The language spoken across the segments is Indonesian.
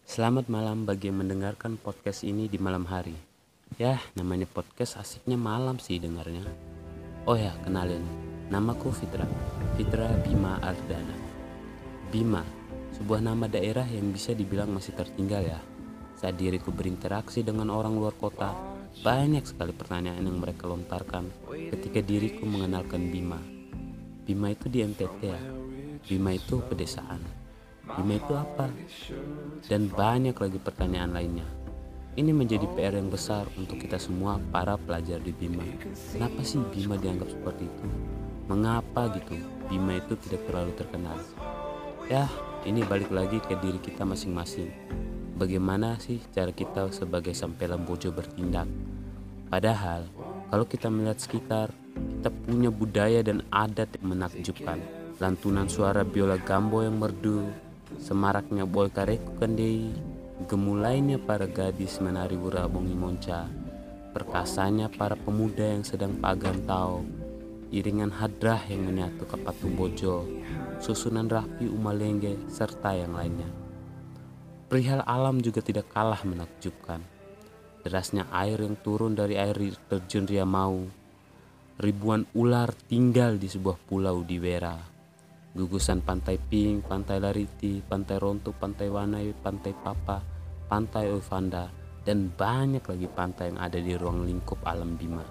Selamat malam bagi yang mendengarkan podcast ini di malam hari. Ya, namanya podcast asiknya malam sih dengarnya. Oh ya, kenalin. Namaku Fitra. Fitra Bima Ardana. Bima, sebuah nama daerah yang bisa dibilang masih tertinggal ya. Saat diriku berinteraksi dengan orang luar kota, banyak sekali pertanyaan yang mereka lontarkan ketika diriku mengenalkan Bima. Bima itu di NTT ya. Bima itu pedesaan. Bima itu apa? Dan banyak lagi pertanyaan lainnya. Ini menjadi PR yang besar untuk kita semua para pelajar di Bima. Kenapa sih Bima dianggap seperti itu? Mengapa gitu Bima itu tidak terlalu terkenal? Ya, ini balik lagi ke diri kita masing-masing. Bagaimana sih cara kita sebagai Sampela Bojo bertindak? Padahal, kalau kita melihat sekitar, kita punya budaya dan adat yang menakjubkan. Lantunan suara biola gambo yang merdu, semaraknya boy kareku kandei, gemulainya para gadis menari wurabongi monca, perkasanya para pemuda yang sedang pagantau, iringan hadrah yang menyatu ke patung bojo, susunan rapi umalenge, serta yang lainnya. Perihal alam juga tidak kalah menakjubkan. Derasnya air yang turun dari air terjun Riamau, ribuan ular tinggal di sebuah pulau di Wera. Gugusan pantai Pink, pantai Lariti, pantai Ronto, pantai Wanai, pantai Papa, pantai Oivanda, dan banyak lagi pantai yang ada di ruang lingkup alam Bima.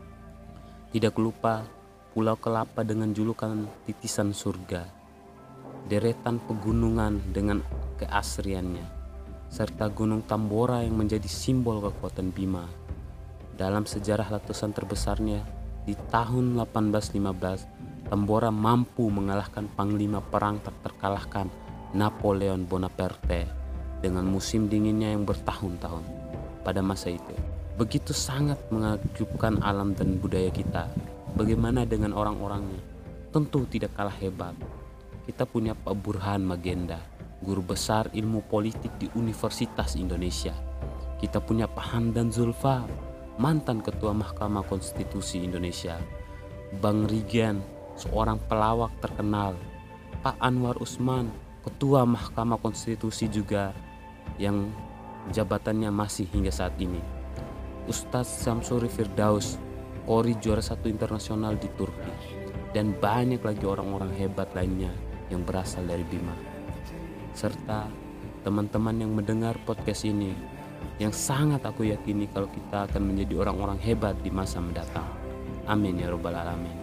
Tidak lupa Pulau Kelapa dengan julukan titisan surga, deretan pegunungan dengan keasriannya, serta Gunung Tambora yang menjadi simbol kekuatan Bima. Dalam sejarah letusan terbesarnya di tahun 1815, Tambora mampu mengalahkan panglima perang tak terkalahkan Napoleon Bonaparte dengan musim dinginnya yang bertahun-tahun pada masa itu. Begitu sangat mengagumkan alam dan budaya kita. Bagaimana dengan orang-orangnya? Tentu tidak kalah hebat. Kita punya Pak Burhan Magenda, guru besar ilmu politik di Universitas Indonesia. Kita punya Pak Hamdan Zulfa, mantan ketua Mahkamah Konstitusi Indonesia. Bang Rigan, seorang pelawak terkenal. Pak Anwar Usman, ketua Mahkamah Konstitusi juga, yang jabatannya masih hingga saat ini. Ustadz Samsuri Firdaus, Kori juara 1 internasional di Turki, dan banyak lagi orang-orang hebat lainnya yang berasal dari Bima. Serta teman-teman yang mendengar podcast ini, yang sangat aku yakini kalau kita akan menjadi orang-orang hebat di masa mendatang. Amin ya robbal alamin.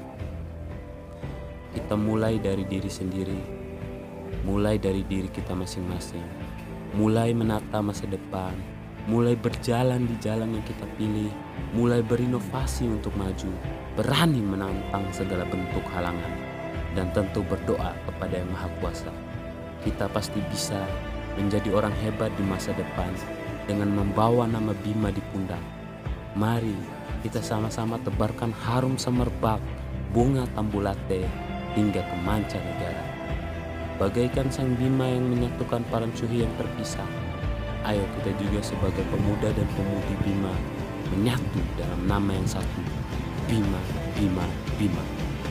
Kita mulai dari diri sendiri, mulai dari diri kita masing-masing, mulai menata masa depan, mulai berjalan di jalan yang kita pilih, mulai berinovasi untuk maju, berani menantang segala bentuk halangan, dan tentu berdoa kepada Yang Maha Kuasa. Kita pasti bisa menjadi orang hebat di masa depan dengan membawa nama Bima di pundak. Mari kita sama-sama tebarkan harum semerbak bunga tambulate hingga ke mancanegara. Bagaikan sang Bima yang menyatukan Parancuhi yang terpisah, ayo kita juga sebagai pemuda dan pemudi Bima menyatu dalam nama yang satu, Bima, Bima, Bima.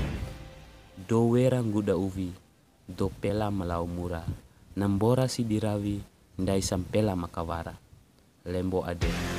Do werang guda uvi, do pela melau mura, nambora si dirawi, ndai sampela makawara. Lembo ade.